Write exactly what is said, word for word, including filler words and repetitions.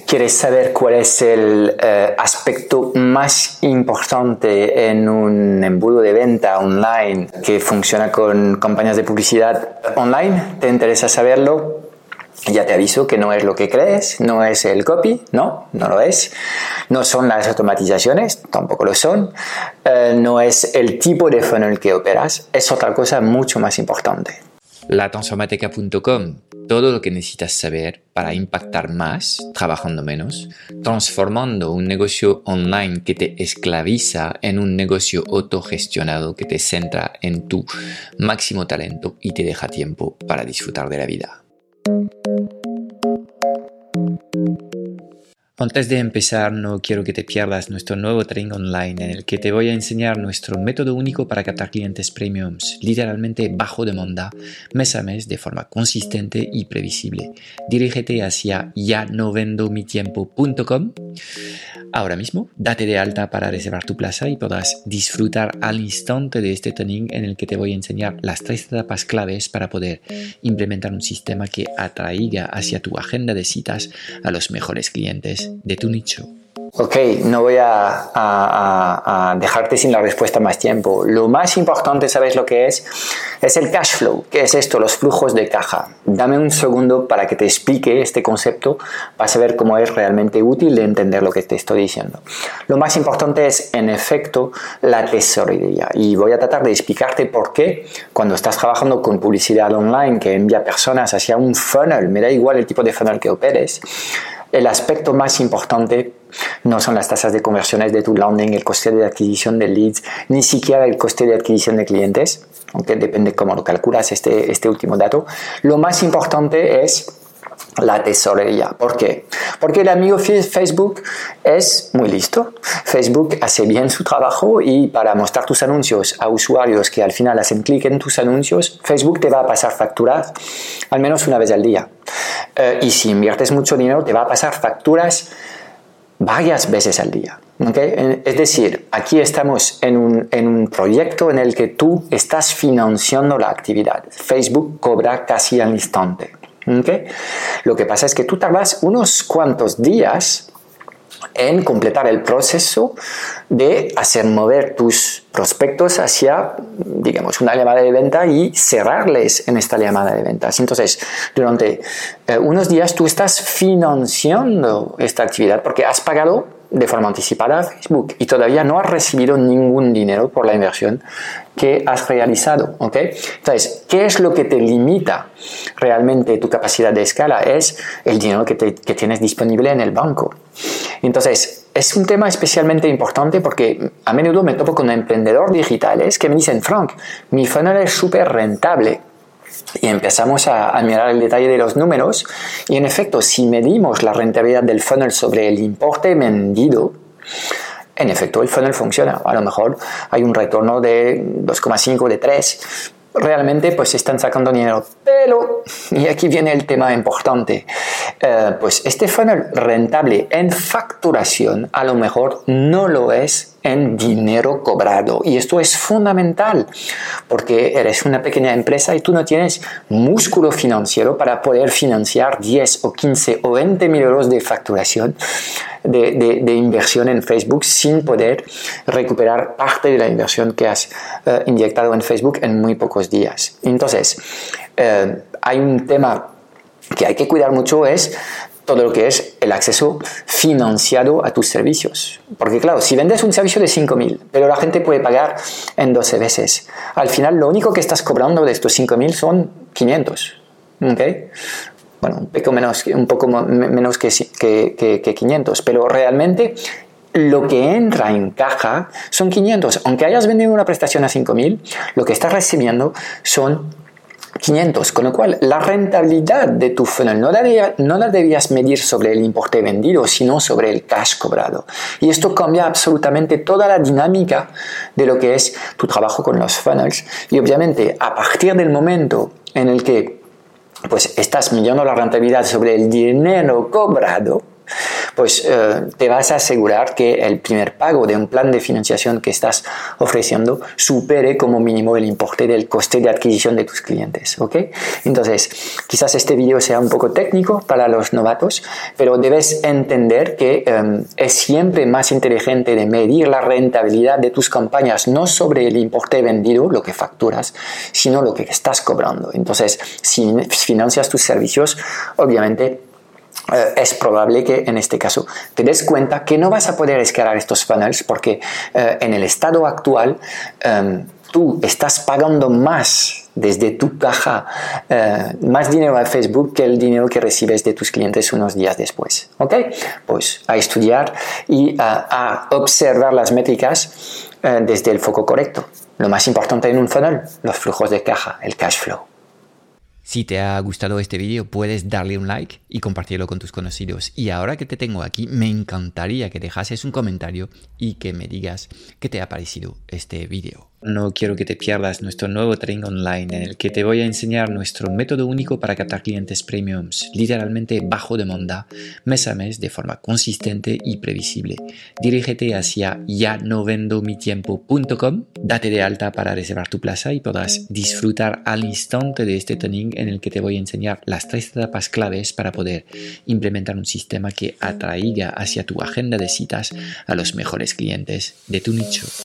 ¿Quieres saber cuál es el eh, aspecto más importante en un embudo de venta online que funciona con campañas de publicidad online? ¿Te interesa saberlo? Ya te aviso que no es lo que crees, no es el copy, no, no lo es. No son las automatizaciones, tampoco lo son. Eh, no es el tipo de funnel que operas, es otra cosa mucho más importante. la transformateca punto com, todo lo que necesitas saber para impactar más, trabajando menos, transformando un negocio online que te esclaviza en un negocio autogestionado que te centra en tu máximo talento y te deja tiempo para disfrutar de la vida. Antes de empezar, no quiero que te pierdas nuestro nuevo training online en el que te voy a enseñar nuestro método único para captar clientes premiums, literalmente bajo demanda, mes a mes de forma consistente y previsible. Dirígete hacia ya no vendo mi tiempo punto com. Ahora mismo, date de alta para reservar tu plaza y podrás disfrutar al instante de este training en el que te voy a enseñar las tres etapas claves para poder implementar un sistema que atraiga hacia tu agenda de citas a los mejores clientes de tu nicho. Ok, no voy a, a, a, a dejarte sin la respuesta más tiempo. Lo más importante, ¿sabes lo que es? Es el cash flow. ¿Qué es esto? Los flujos de caja. Dame un segundo para que te explique este concepto. Vas a ver cómo es realmente útil de entender lo que te estoy diciendo. Lo más importante es, en efecto, la tesorería. Y voy a tratar de explicarte por qué cuando estás trabajando con publicidad online que envía personas hacia un funnel, me da igual el tipo de funnel que operes, el aspecto más importante no son las tasas de conversiones de tu landing, el coste de adquisición de leads, ni siquiera el coste de adquisición de clientes, aunque depende cómo lo calculas este, este último dato. Lo más importante es la tesorería. ¿Por qué? Porque el amigo Facebook es muy listo. Facebook hace bien su trabajo y para mostrar tus anuncios a usuarios que al final hacen clic en tus anuncios, Facebook te va a pasar facturas al menos una vez al día. Uh, y si inviertes mucho dinero, te va a pasar facturas varias veces al día. ¿Okay? Es decir, aquí estamos en un, en un proyecto en el que tú estás financiando la actividad. Facebook cobra casi al instante. ¿Okay? Lo que pasa es que tú tardas unos cuantos días en completar el proceso de hacer mover tus prospectos hacia, digamos, una llamada de venta y cerrarles en esta llamada de ventas. Entonces, durante eh, unos días tú estás financiando esta actividad porque has pagado de forma anticipada a Facebook y todavía no has recibido ningún dinero por la inversión que has realizado. ¿Okay? Entonces, ¿qué es lo que te limita realmente tu capacidad de escala? Es el dinero que, te, que tienes disponible en el banco. Entonces, es un tema especialmente importante porque a menudo me topo con emprendedores digitales que me dicen: Frank, mi funnel es súper rentable. Y empezamos a, a mirar el detalle de los números y en efecto, si medimos la rentabilidad del funnel sobre el importe vendido, en efecto el funnel funciona. A lo mejor hay un retorno de dos coma cinco, de tres. Realmente pues están sacando dinero, pero, y aquí viene el tema importante, eh, pues este funnel rentable en facturación a lo mejor no lo es en dinero cobrado, y esto es fundamental porque eres una pequeña empresa y tú no tienes músculo financiero para poder financiar diez o quince o veinte mil euros de facturación de, de, de inversión en Facebook sin poder recuperar parte de la inversión que has uh, inyectado en Facebook en muy pocos días. Entonces, uh, hay un tema que hay que cuidar mucho, es todo lo que es el acceso financiado a tus servicios. Porque claro, si vendes un servicio de cinco mil, pero la gente puede pagar en doce veces, al final lo único que estás cobrando de estos cinco mil son quinientos. ¿Okay? Bueno, un poco menos, un poco menos que, que, que, que quinientos, pero realmente lo que entra en caja son quinientos. Aunque hayas vendido una prestación a cinco mil, lo que estás recibiendo son quinientos, con lo cual la rentabilidad de tu funnel no la, debía, no la debías medir sobre el importe vendido, sino sobre el cash cobrado. Y esto cambia absolutamente toda la dinámica de lo que es tu trabajo con los funnels. Y obviamente, a partir del momento en el que pues, estás midiendo la rentabilidad sobre el dinero cobrado, pues eh, te vas a asegurar que el primer pago de un plan de financiación que estás ofreciendo supere como mínimo el importe del coste de adquisición de tus clientes, ¿ok? Entonces, quizás este vídeo sea un poco técnico para los novatos, pero debes entender que eh, es siempre más inteligente de medir la rentabilidad de tus campañas, no sobre el importe vendido, lo que facturas, sino lo que estás cobrando. Entonces, si financias tus servicios, obviamente eh, es probable que en este caso te des cuenta que no vas a poder escalar estos funnels porque eh, en el estado actual eh, tú estás pagando más desde tu caja, eh, más dinero a Facebook que el dinero que recibes de tus clientes unos días después. ¿Ok? Pues a estudiar y a, a observar las métricas eh, desde el foco correcto. Lo más importante en un funnel, los flujos de caja, el cash flow. Si te ha gustado este vídeo, puedes darle un like y compartirlo con tus conocidos. Y ahora que te tengo aquí, me encantaría que dejases un comentario y que me digas qué te ha parecido este vídeo. No quiero que te pierdas nuestro nuevo training online en el que te voy a enseñar nuestro método único para captar clientes premiums, literalmente bajo demanda, mes a mes de forma consistente y previsible. Dirígete hacia ya no vendo mi tiempo punto com, date de alta para reservar tu plaza y podrás disfrutar al instante de este training en el que te voy a enseñar las tres etapas claves para poder implementar un sistema que atraiga hacia tu agenda de citas a los mejores clientes de tu nicho.